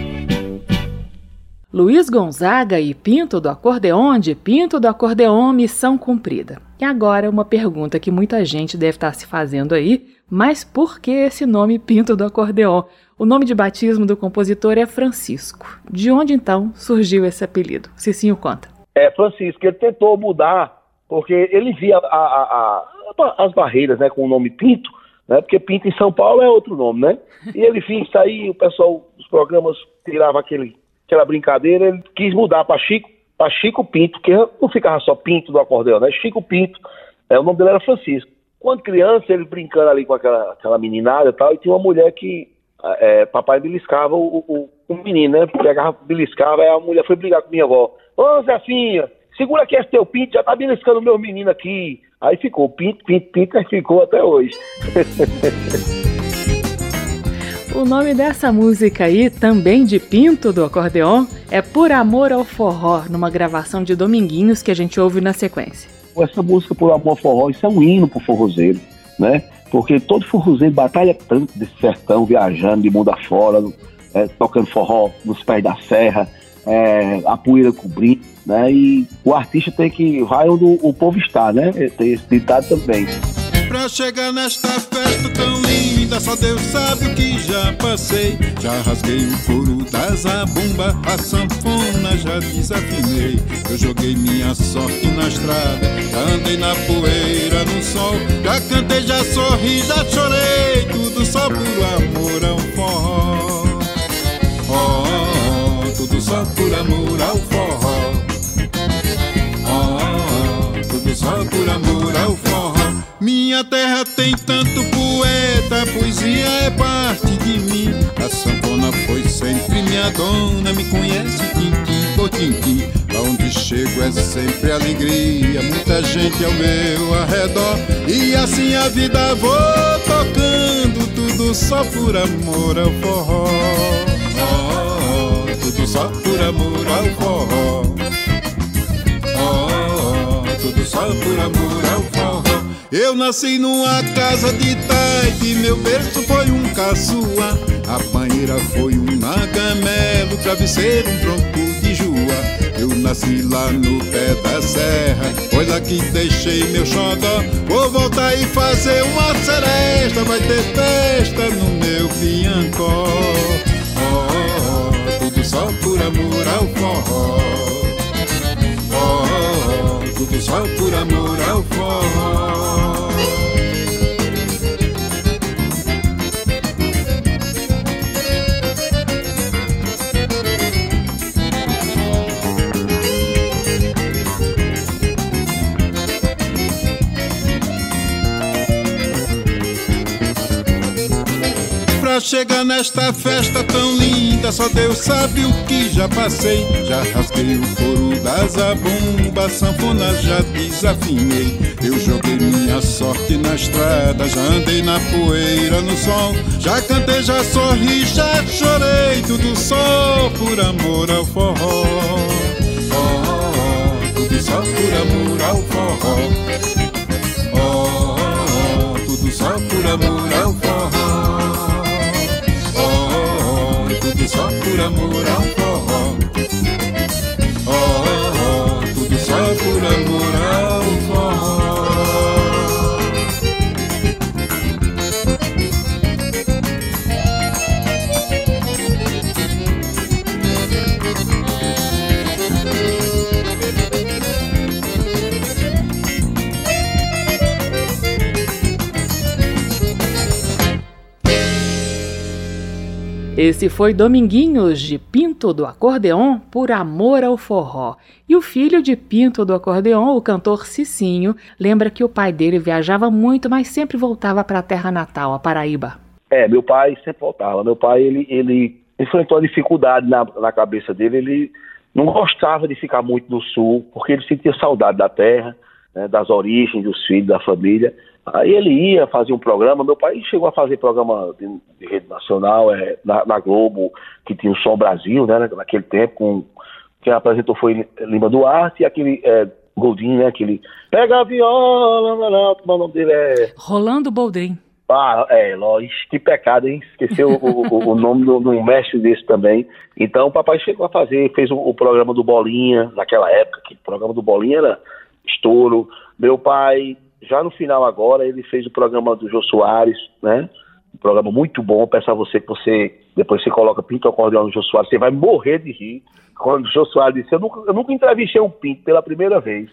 Luiz Gonzaga e Pinto do Acordeon, de Pinto do Acordeon, missão cumprida. E agora uma pergunta que muita gente deve estar se fazendo aí, mas por que esse nome Pinto do Acordeon? O nome de batismo do compositor é Francisco. De onde então surgiu esse apelido? Cicinho conta. É, Francisco, ele tentou mudar, porque ele via as barreiras, né, com o nome Pinto, né, porque Pinto em São Paulo é outro nome, né? E ele via isso aí, o pessoal dos programas tirava aquela brincadeira, ele quis mudar para Chico Pinto, que não ficava só Pinto do Acordeão, né? Chico Pinto, o nome dele era Francisco. Quando criança, ele brincando ali com aquela meninada e tal, e tinha uma mulher que papai beliscava o menino, né? Pegava, beliscava, aí a mulher foi brigar com minha avó. Ô, Zefinha, segura aqui esse teu Pinto, já tá beliscando o meu menino aqui. Aí ficou Pinto, aí ficou até hoje. O nome dessa música aí, também de Pinto do Acordeon, é Por Amor ao Forró, numa gravação de Dominguinhos que a gente ouve na sequência. Essa música Por Amor ao Forró, isso é um hino pro forrozeiro, né? Porque todo forrozeiro batalha tanto desse sertão, viajando de mundo afora, tocando forró nos pés da serra, a poeira cobrindo, né? E o artista vai onde o povo está, né? Tem esse ditado também. Pra chegar nesta festa tão linda, só Deus sabe o que já passei. Já rasguei o couro da zabumba, a sanfona já desafinei. Eu joguei minha sorte na estrada, já andei na poeira, no sol. Já cantei, já sorri, já chorei, tudo só por amor ao forró. Oh, tudo só por amor ao forró. Oh, tudo só por amor ao forró. Minha terra tem tanto poeta, a poesia é parte de mim. A sanfona foi sempre minha dona, me conhece tintim por tintim. Lá onde chego é sempre alegria, muita gente ao meu arredor. E assim a vida vou tocando, tudo só por amor ao forró. Oh, tudo só por amor ao forró. Oh, tudo só por amor ao forró. Eu nasci numa casa de taipe, meu berço foi um caçua. A banheira foi um nagamelo, travesseiro um tronco de jua. Eu nasci lá no pé da serra, foi lá que deixei meu xodó. Vou voltar e fazer uma seresta, vai ter festa no meu Piancó. Oh, tudo só por amor ao forró. Oh, tudo só por amor ao forró. Pra chegar nesta festa tão linda, só Deus sabe o que já passei. Já rasguei o couro da zabumba, sanfona já desafinei. Eu joguei minha sorte na estrada, já andei na poeira, no sol. Já cantei, já sorri, já chorei, tudo só por amor ao forró. Oh, oh, oh, tudo só por amor ao forró. Oh, oh, oh, tudo só por amor ao forró. Oh, oh, tudo só por amor ao forró. Oh, oh, tudo só por amor ao forró. Esse foi Dominguinhos, de Pinto do Acordeon, por amor ao forró. E o filho de Pinto do Acordeon, o cantor Cicinho, lembra que o pai dele viajava muito, mas sempre voltava para a terra natal, a Paraíba. Meu pai sempre voltava. Meu pai, ele enfrentou a dificuldade na cabeça dele. Ele não gostava de ficar muito no sul, porque ele sentia saudade da terra, né, das origens, dos filhos, da família. Aí ele ia fazer um programa. Meu pai chegou a fazer programa de rede nacional, na Globo, que tinha o Som Brasil, né, naquele tempo. Quem apresentou foi Lima Duarte e aquele Goldin, né, aquele pega a viola, o nome dele é... Rolando Boldrin. Lógico, que pecado, hein? Esqueceu o nome do mestre desse também. Então o papai chegou a fez o programa do Bolinha, naquela época, que o programa do Bolinha era estouro. Meu pai... Já no final agora, ele fez o programa do Jô Soares, né? Um programa muito bom. Peço a você que depois você coloca Pinto Acordeon no Jô Soares, você vai morrer de rir. Quando o Jô Soares disse, eu nunca entrevistei um Pinto pela primeira vez.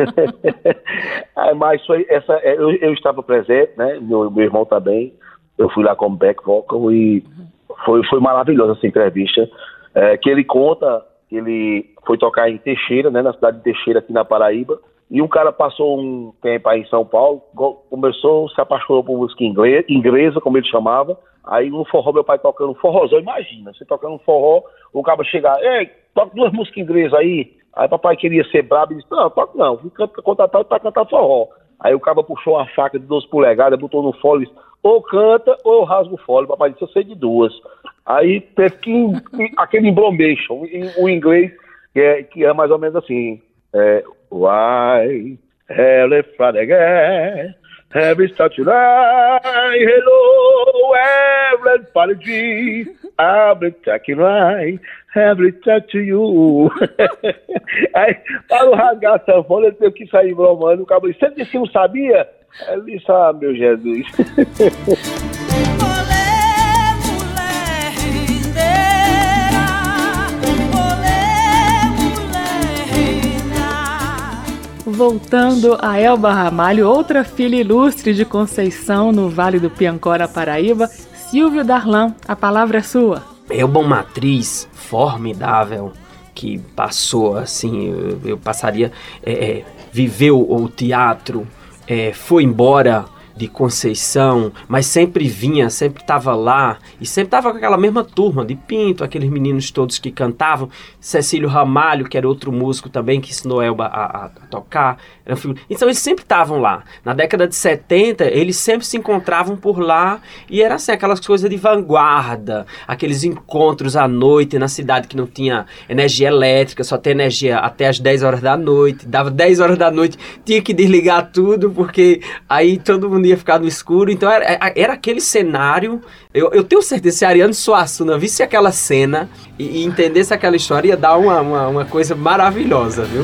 Mas eu estava presente, né? Meu irmão também. Eu fui lá como back vocal e foi maravilhosa essa entrevista. Que ele conta que ele foi tocar em Teixeira, né? Na cidade de Teixeira, aqui na Paraíba. E um cara passou um tempo aí em São Paulo, se apaixonou por música inglesa, como ele chamava. Aí no forró, meu pai tocando um forrozão. Imagina, você tocando um forró, o cara chegar, toca 2 músicas inglesas aí. Aí papai queria ser brabo e disse, não, toca não, fui contratado para cantar forró. Aí o cara puxou uma faca de 12 polegadas, botou no fole e disse, ou canta ou eu rasgo o fole. Papai disse, eu sei de 2. Aí teve que aquele embromation, o inglês, que é mais ou menos assim, why, hello, Friday again, have it started tonight, hello, everybody, I'll be taking right, have it touch you. Aí, para não rasgar a sanfona, ele teve que sair bromando, o cabo disse, você disse que não sabia? Ele disse, meu Jesus. Voltando a Elba Ramalho, outra filha ilustre de Conceição, no Vale do Piancó, Paraíba, Silvio Darlan, a palavra é sua. Elba, uma atriz formidável, que passou, assim, eu passaria, viveu o teatro, foi embora de Conceição, mas sempre vinha, sempre estava lá, e sempre estava com aquela mesma turma de Pinto, aqueles meninos todos que cantavam, Cecílio Ramalho, que era outro músico também, que ensinou Elba a tocar, então eles sempre estavam lá. Na década de 70, eles sempre se encontravam por lá, e era assim, aquelas coisas de vanguarda, aqueles encontros à noite na cidade que não tinha energia elétrica, só tem energia até as 10 horas da noite, dava 10 horas da noite, tinha que desligar tudo, porque aí todo mundo ia ficar no escuro. Então era aquele cenário. Eu tenho certeza, se Ariano Suassuna visse aquela cena e entendesse aquela história, ia dar uma coisa maravilhosa, viu?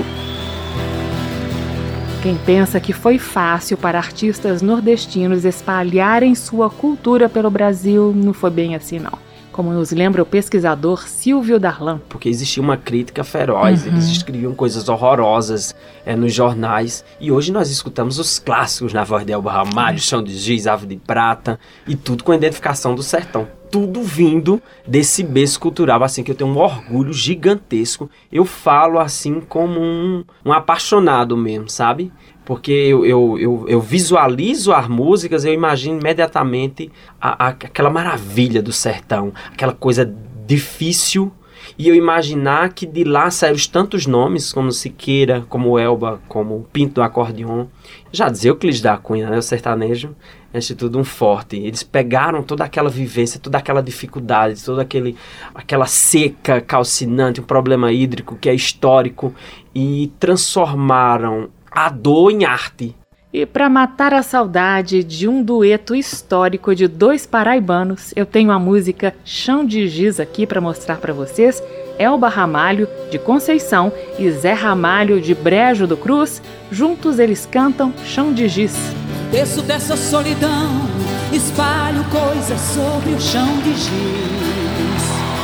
Quem pensa que foi fácil para artistas nordestinos espalharem sua cultura pelo Brasil, não foi bem assim, não. Como nos lembra o pesquisador Silvio Darlan. Porque existia uma crítica feroz, eles escreviam coisas horrorosas nos jornais. E hoje nós escutamos os clássicos na voz de Elba Ramalho, Chão de Giz, Ave de Prata, e tudo com a identificação do sertão. Tudo vindo desse berço cultural, assim, que eu tenho um orgulho gigantesco. Eu falo assim como um apaixonado mesmo, sabe? porque eu visualizo as músicas, eu imagino imediatamente aquela maravilha do sertão, aquela coisa difícil, e eu imaginar que de lá saíram tantos nomes, como Siqueira, como Elba, como Pinto do Acordeon. Já dizia Euclides da Cunha, né? O sertanejo é antes de tudo um forte. Eles pegaram toda aquela vivência, toda aquela dificuldade, toda aquela seca calcinante, um problema hídrico que é histórico, e transformaram a dor em arte. E para matar a saudade de um dueto histórico de dois paraibanos, eu tenho a música Chão de Giz aqui para mostrar para vocês. Elba Ramalho, de Conceição, e Zé Ramalho, de Brejo do Cruz. Juntos eles cantam Chão de Giz. Desço dessa solidão, espalho coisas sobre o chão de giz.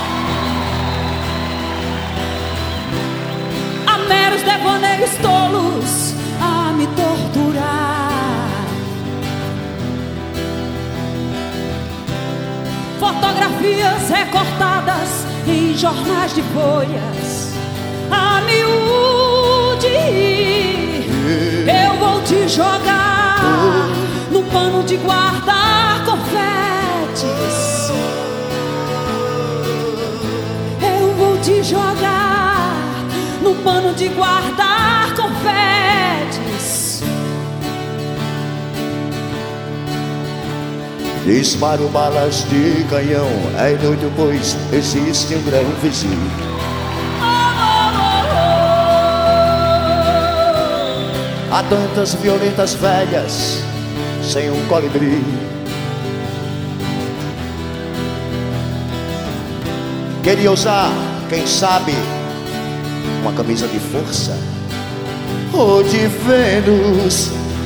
Há meros devaneios tolos a me torturar. Fotografias recortadas em jornais de folhas a miúde. Eu vou te jogar no pano de guardar confetes. Eu vou te jogar no pano de guardar confetes. Disparo balas de canhão, é inútil pois existe um grão vizinho. Há tantas violetas velhas sem um colibri. Queria usar, quem sabe, uma camisa de força ou de Vênus,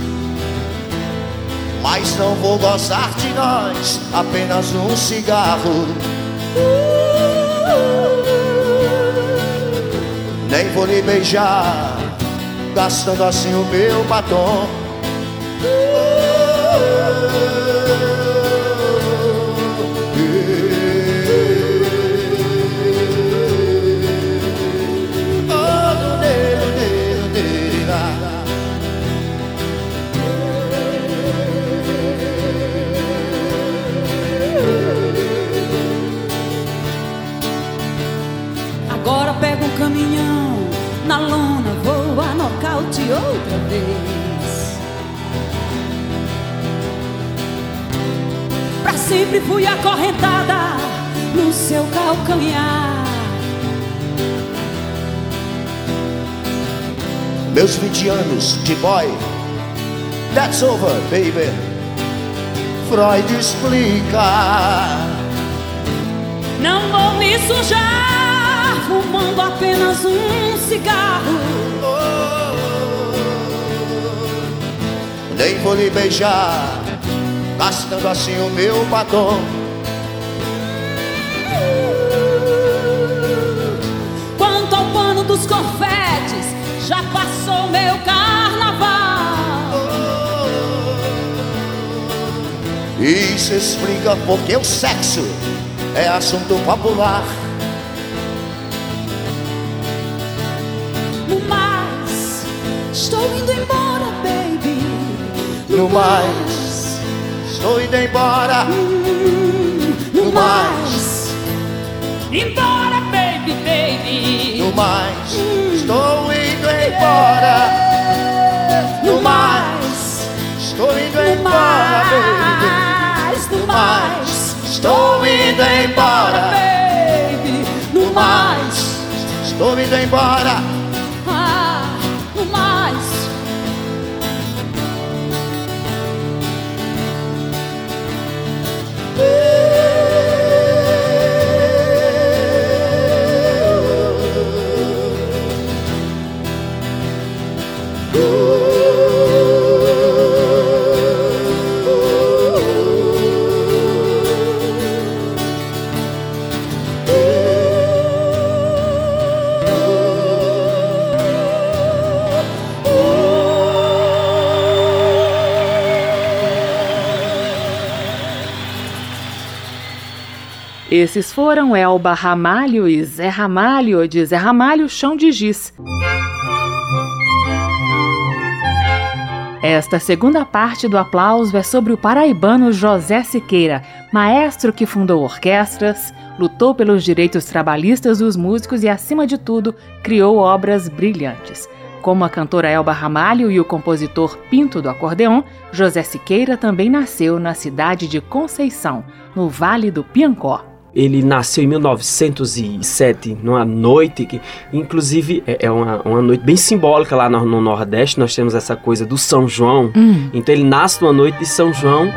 mas não vou gozar de nós, apenas um cigarro. Nem vou lhe beijar, gastando assim o meu batom. Agora pego um caminhão, na lona vou a nocaute outra vez. Pra sempre fui acorrentada no seu calcanhar. Meus 20 anos de boy, that's over, baby. Freud explica. Não vou me sujar fumando apenas um cigarro. Nem vou lhe beijar, gastando assim o meu batom. Quanto ao pano dos confetes, já passou meu carnaval. Isso explica porque o sexo é assunto popular. No mais, estou indo embora, baby. No mais, estou indo embora. No mais, embora, baby, baby. No mais, estou indo embora. No mais, estou indo embora, baby. No mais, estou indo embora, baby. No mais, estou indo embora. No mais. Esses foram Elba Ramalho e Zé Ramalho, de Zé Ramalho, Chão de Giz. Esta segunda parte do aplauso é sobre o paraibano José Siqueira, maestro que fundou orquestras, lutou pelos direitos trabalhistas dos músicos e, acima de tudo, criou obras brilhantes. Como a cantora Elba Ramalho e o compositor Pinto do acordeon, José Siqueira também nasceu na cidade de Conceição, no Vale do Piancó. Ele nasceu em 1907, numa noite que, inclusive, é uma noite bem simbólica lá no Nordeste. Nós temos essa coisa do São João. Então ele nasce numa noite de São João.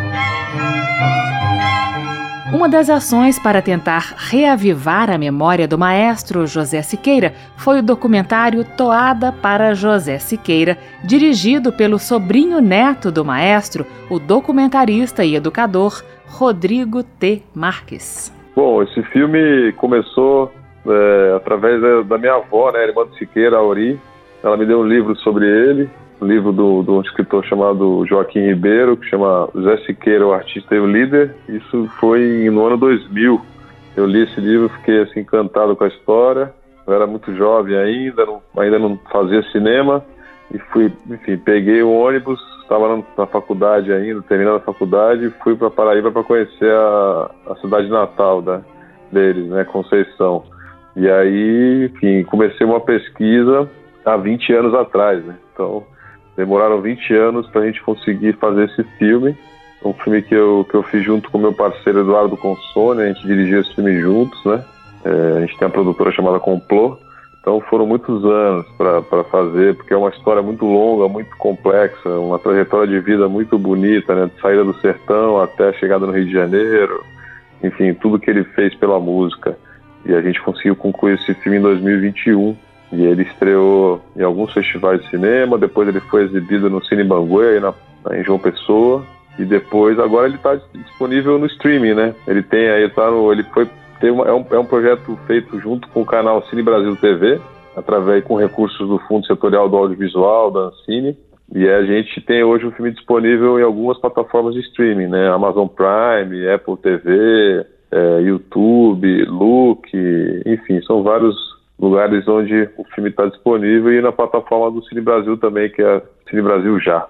Uma das ações para tentar reavivar a memória do maestro José Siqueira foi o documentário Toada para José Siqueira, dirigido pelo sobrinho neto do maestro, o documentarista e educador Rodrigo T. Marques. Bom, esse filme começou através da minha avó, né, irmã do Siqueira, Auri. Ela me deu um livro sobre ele, um livro de um escritor chamado Joaquim Ribeiro, que chama José Siqueira, o Artista e o Líder. Isso foi no ano 2000. Eu li esse livro, fiquei assim, encantado com a história. Eu era muito jovem ainda não fazia cinema. E fui, enfim, peguei o ônibus, estava na faculdade ainda, terminando a faculdade, e fui para Paraíba para conhecer a cidade natal deles, né, Conceição. E aí, enfim, comecei uma pesquisa há 20 anos atrás, né? Então, demoraram 20 anos para a gente conseguir fazer esse filme. Um filme que eu fiz junto com meu parceiro Eduardo Consone, a gente dirigiu esse filme juntos, né? A gente tem uma produtora chamada Complô. Então foram muitos anos para fazer, porque é uma história muito longa, muito complexa, uma trajetória de vida muito bonita, né? De saída do sertão até a chegada no Rio de Janeiro, enfim, tudo que ele fez pela música. E a gente conseguiu concluir esse filme em 2021, e ele estreou em alguns festivais de cinema, depois ele foi exibido no Cine Banguê, em João Pessoa, e depois, agora ele está disponível no streaming, né? Ele tem aí, é um projeto feito junto com o canal Cine Brasil TV, através com recursos do Fundo Setorial do Audiovisual, da Ancine, e a gente tem hoje o filme disponível em algumas plataformas de streaming, né? Amazon Prime, Apple TV, YouTube, Look, enfim, são vários lugares onde o filme está disponível, e na plataforma do Cine Brasil também, que é Cine Brasil Já.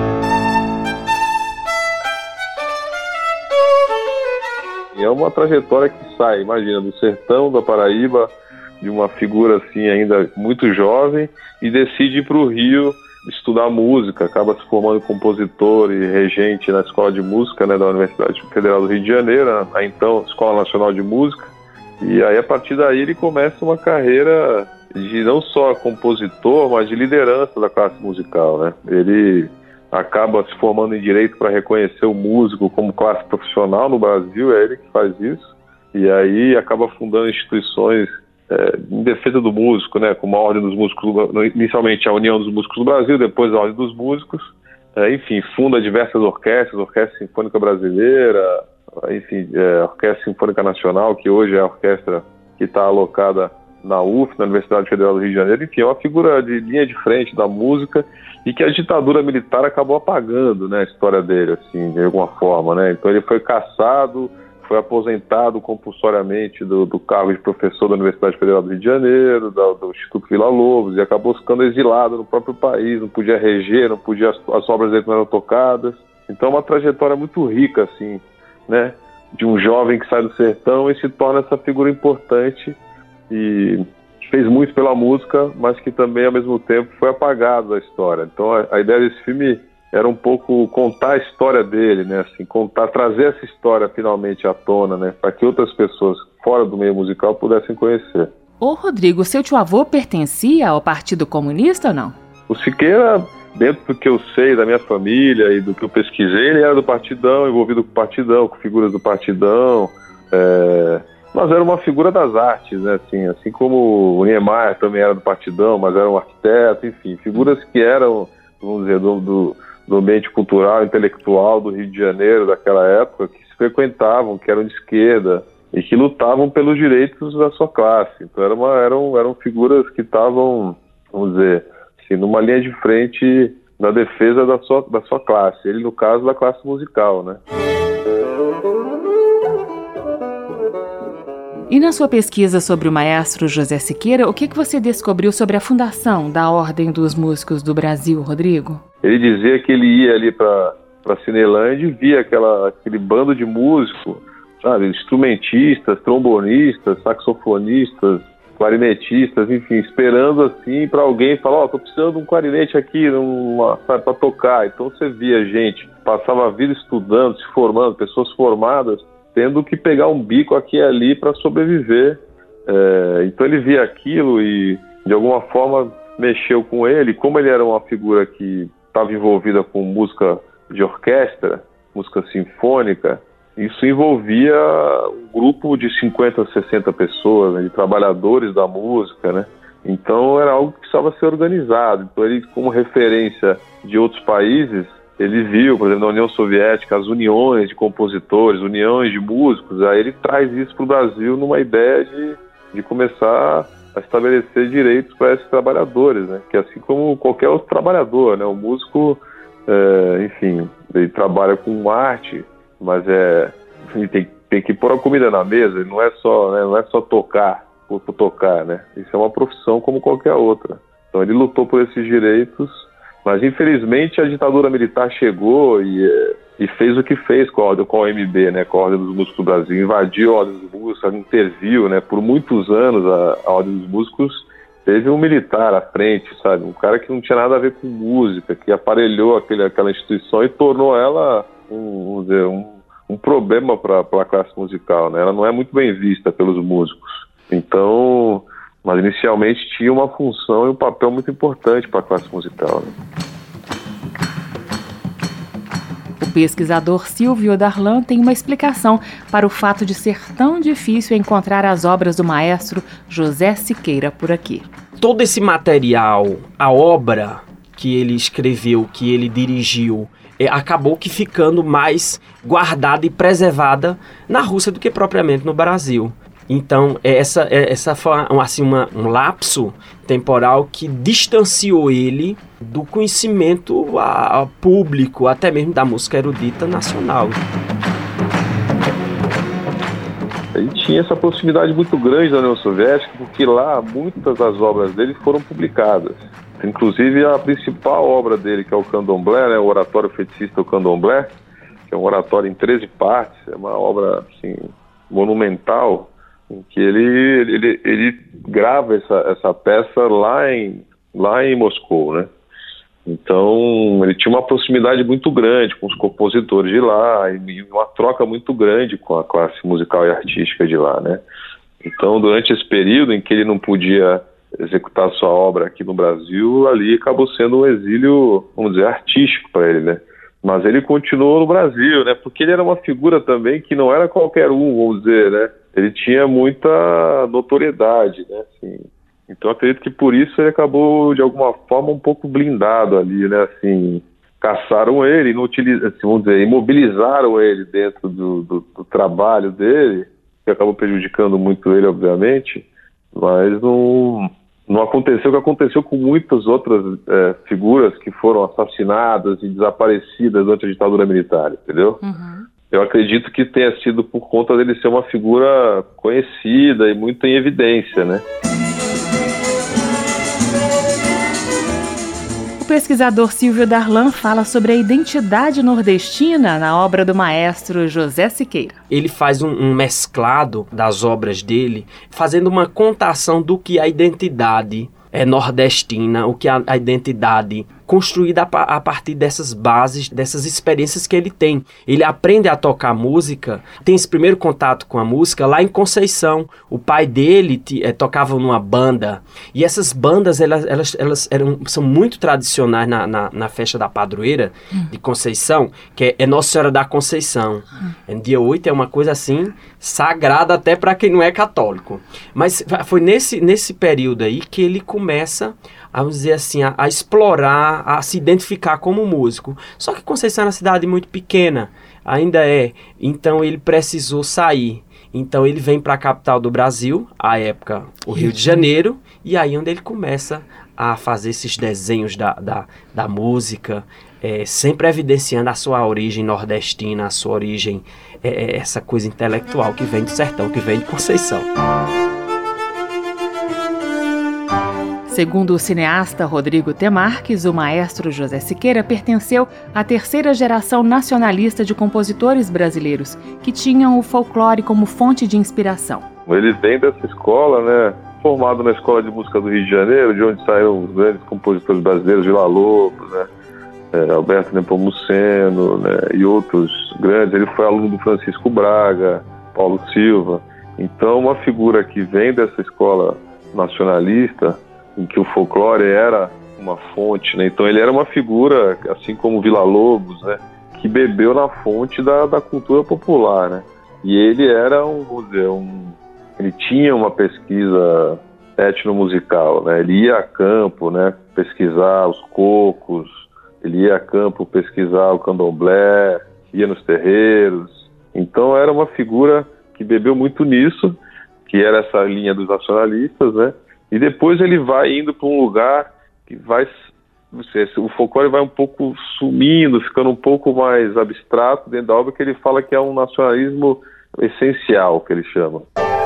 É uma trajetória que sai, imagina, do sertão da Paraíba, de uma figura assim ainda muito jovem, e decide ir para o Rio estudar música, acaba se formando compositor e regente na Escola de Música, né, da Universidade Federal do Rio de Janeiro, a então Escola Nacional de Música, e aí a partir daí ele começa uma carreira de não só compositor, mas de liderança da classe musical, né? Ele acaba se formando em Direito para reconhecer o músico como classe profissional no Brasil, é ele que faz isso, e aí acaba fundando instituições em defesa do músico, né, como a Ordem dos Músicos, inicialmente a União dos Músicos do Brasil, depois a Ordem dos Músicos, enfim, funda diversas orquestras, Orquestra Sinfônica Brasileira, enfim, Orquestra Sinfônica Nacional, que hoje é a orquestra que está alocada na UF, na Universidade Federal do Rio de Janeiro, enfim, é uma figura de linha de frente da música, e que a ditadura militar acabou apagando, né, a história dele, assim, de alguma forma, né? Então ele foi cassado, foi aposentado compulsoriamente do cargo de professor da Universidade Federal do Rio de Janeiro, do Instituto Villa-Lobos, e acabou ficando exilado no próprio país, não podia reger, as obras dele não eram tocadas. Então é uma trajetória muito rica, assim, né, de um jovem que sai do sertão e se torna essa figura importante, e fez muito pela música, mas que também, ao mesmo tempo, foi apagado da história. Então, a ideia desse filme era um pouco contar a história dele, né? Assim, trazer essa história finalmente à tona, né? Para que outras pessoas fora do meio musical pudessem conhecer. Ô, Rodrigo, seu tio-avô pertencia ao Partido Comunista ou não? O Siqueira, dentro do que eu sei da minha família e do que eu pesquisei, ele era do Partidão, envolvido com o Partidão, com figuras do Partidão, mas era uma figura das artes, né? Assim como o Niemeyer também era do Partidão, mas era um arquiteto, enfim, figuras que eram, vamos dizer, do ambiente cultural, intelectual do Rio de Janeiro daquela época, que se frequentavam, que eram de esquerda e que lutavam pelos direitos da sua classe. Então eram figuras que estavam, vamos dizer, assim, numa linha de frente na defesa da sua classe. Ele, no caso, da classe musical, né? E na sua pesquisa sobre o maestro José Siqueira, o que você descobriu sobre a fundação da Ordem dos Músicos do Brasil, Rodrigo? Ele dizia que ele ia ali para Cinelândia e via aquele bando de músicos, sabe, instrumentistas, trombonistas, saxofonistas, clarinetistas, enfim, esperando assim para alguém falar, tô precisando de um clarinete aqui, para tocar. Então você via gente, passava a vida estudando, se formando, pessoas formadas, tendo que pegar um bico aqui e ali para sobreviver. Então ele via aquilo e de alguma forma mexeu com ele. Como ele era uma figura que estava envolvida com música de orquestra, música sinfônica, isso envolvia um grupo de 50, 60 pessoas, né, de trabalhadores da música, né? Então era algo que precisava ser organizado. Então ele, como referência de outros países, ele viu, por exemplo, na União Soviética, as uniões de compositores, uniões de músicos. Aí ele traz isso para o Brasil numa ideia de começar a estabelecer direitos para esses trabalhadores, né? Que assim como qualquer outro trabalhador, né? O músico, enfim, ele trabalha com arte, mas tem que pôr a comida na mesa. Ele não é só tocar por tocar, né? Isso é uma profissão como qualquer outra. Então ele lutou por esses direitos, mas infelizmente a ditadura militar chegou e fez o que fez com a OMB, né? Com a Ordem dos Músicos do Brasil, invadiu a Ordem dos Músicos, interviu, né? Por muitos anos a Ordem dos Músicos teve um militar à frente, sabe? Um cara que não tinha nada a ver com música, que aparelhou aquela instituição e tornou ela um problema para a classe musical, né? Ela não é muito bem vista pelos músicos. Então, mas inicialmente tinha uma função e um papel muito importante para a classe musical, né? O pesquisador Silvio Darlan tem uma explicação para o fato de ser tão difícil encontrar as obras do maestro José Siqueira por aqui. Todo esse material, a obra que ele escreveu, que ele dirigiu, acabou que ficando mais guardada e preservada na Rússia do que propriamente no Brasil. Então, essa foi um lapso temporal que distanciou ele do conhecimento público, até mesmo da música erudita nacional. Ele tinha essa proximidade muito grande da União Soviética, porque lá muitas das obras dele foram publicadas. Inclusive a principal obra dele, que é o Candomblé, né, o Oratório Feticista, o Candomblé, que é um oratório em 13 partes, é uma obra assim, monumental, em que ele grava essa peça lá em Moscou, né? Então ele tinha uma proximidade muito grande com os compositores de lá e uma troca muito grande com a classe musical e artística de lá, né? Então durante esse período em que ele não podia executar sua obra aqui no Brasil, ali acabou sendo um exílio, vamos dizer, artístico para ele, né? Mas ele continuou no Brasil, né? Porque ele era uma figura também que não era qualquer um, vamos dizer, né? Ele tinha muita notoriedade, né? Assim, então acredito que por isso ele acabou, de alguma forma, um pouco blindado ali, né? Assim, caçaram ele, vamos dizer, imobilizaram ele dentro do trabalho dele, que acabou prejudicando muito ele, obviamente, mas não aconteceu o que aconteceu com muitas outras figuras que foram assassinadas e desaparecidas durante a ditadura militar, entendeu? Uhum. Eu acredito que tenha sido por conta dele ser uma figura conhecida e muito em evidência, né? O pesquisador Silvio Darlan fala sobre a identidade nordestina na obra do maestro José Siqueira. Ele faz um mesclado das obras dele, fazendo uma contação do que a identidade nordestina, o que a identidade construída a partir dessas bases, dessas experiências que ele tem. Ele aprende a tocar música, tem esse primeiro contato com a música lá em Conceição. O pai dele tocava numa banda, e essas bandas elas são muito tradicionais na festa da padroeira de Conceição, que é Nossa Senhora da Conceição. Dia 8 é uma coisa assim sagrada até para quem não é católico. Mas foi nesse período aí que ele começa, vamos dizer assim, a explorar, a se identificar como músico. Só que Conceição é uma cidade muito pequena, ainda é. Então ele precisou sair. Então ele vem para a capital do Brasil, à época o Rio de Janeiro, e aí onde ele começa a fazer esses desenhos da música, sempre evidenciando a sua origem nordestina, a sua origem, essa coisa intelectual que vem do sertão, que vem de Conceição. Segundo o cineasta Rodrigo T. Marques, o maestro José Siqueira pertenceu à terceira geração nacionalista de compositores brasileiros, que tinham o folclore como fonte de inspiração. Ele vem dessa escola, né? Formado na Escola de Música do Rio de Janeiro, de onde saíram os grandes compositores brasileiros, Villa-Lobos, né? Alberto Nepomuceno, né? E outros grandes. Ele foi aluno do Francisco Braga, Paulo Silva. Então, uma figura que vem dessa escola nacionalista, em que o folclore era uma fonte, né? Então ele era uma figura, assim como Villa-Lobos, né? Que bebeu na fonte da cultura popular, né? E ele era ele tinha uma pesquisa etnomusical, né? Ele ia a campo, né? Pesquisar os cocos, ele ia a campo pesquisar o candomblé, ia nos terreiros. Então era uma figura que bebeu muito nisso, que era essa linha dos nacionalistas, né? E depois ele vai indo para um lugar que o folclore vai um pouco sumindo, ficando um pouco mais abstrato dentro da obra, que ele fala que é um nacionalismo essencial, que ele chama.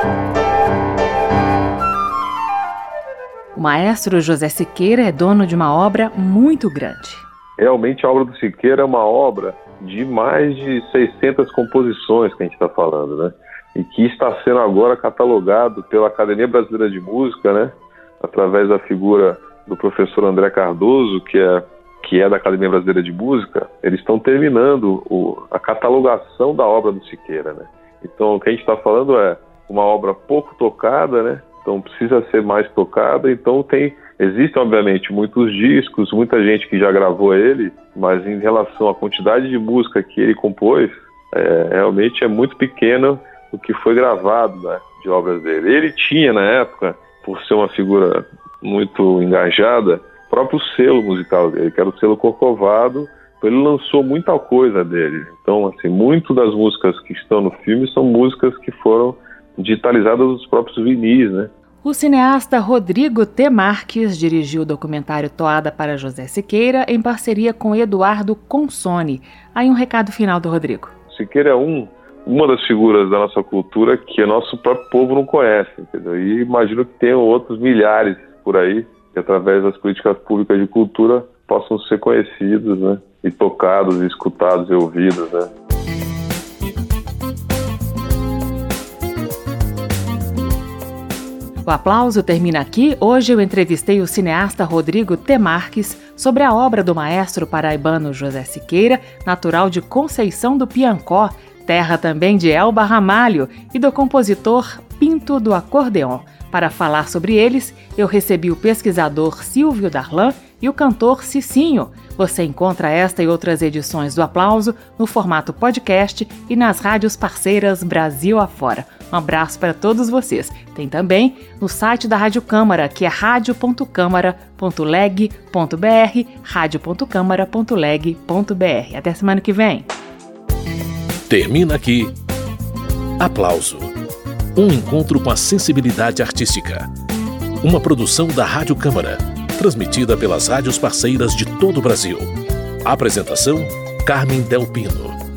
O maestro José Siqueira é dono de uma obra muito grande. Realmente a obra do Siqueira é uma obra de mais de 600 composições que a gente está falando, né? E que está sendo agora catalogado pela Academia Brasileira de Música, né? Através da figura do professor André Cardoso, que é da Academia Brasileira de Música. Eles estão terminando a catalogação da obra do Siqueira, né? Então, o que a gente está falando é uma obra pouco tocada, né? Então, precisa ser mais tocada. Então, existem, obviamente, muitos discos, muita gente que já gravou ele, mas em relação à quantidade de música que ele compôs, realmente é muito pequeno o que foi gravado, né, de obras dele. Ele tinha, na época, por ser uma figura muito engajada, o próprio selo musical dele, que era o selo Corcovado. Ele lançou muita coisa dele. Então, assim, muito das músicas que estão no filme são músicas que foram digitalizadas nos próprios vinis, né? O cineasta Rodrigo T. Marques dirigiu o documentário Toada para José Siqueira em parceria com Eduardo Consone. Aí um recado final do Rodrigo. Siqueira é uma das figuras da nossa cultura que o nosso próprio povo não conhece, entendeu? E imagino que tenham outros milhares por aí que através das políticas públicas de cultura possam ser conhecidos, né? E tocados, e escutados e ouvidos, né? O aplauso termina aqui. Hoje eu entrevistei o cineasta Rodrigo T. Marques sobre a obra do maestro paraibano José Siqueira, natural de Conceição do Piancó, terra também de Elba Ramalho, e do compositor Pinto do Acordeon. Para falar sobre eles, eu recebi o pesquisador Silvio Darlan e o cantor Cicinho. Você encontra esta e outras edições do Aplauso no formato podcast e nas rádios parceiras Brasil afora. Um abraço para todos vocês. Tem também no site da Rádio Câmara, que é radio.câmara.leg.br, radio.câmara.leg.br. Até semana que vem. Termina aqui Aplauso. Um encontro com a sensibilidade artística. Uma produção da Rádio Câmara, transmitida pelas rádios parceiras de todo o Brasil. Apresentação: Carmen Del Pino.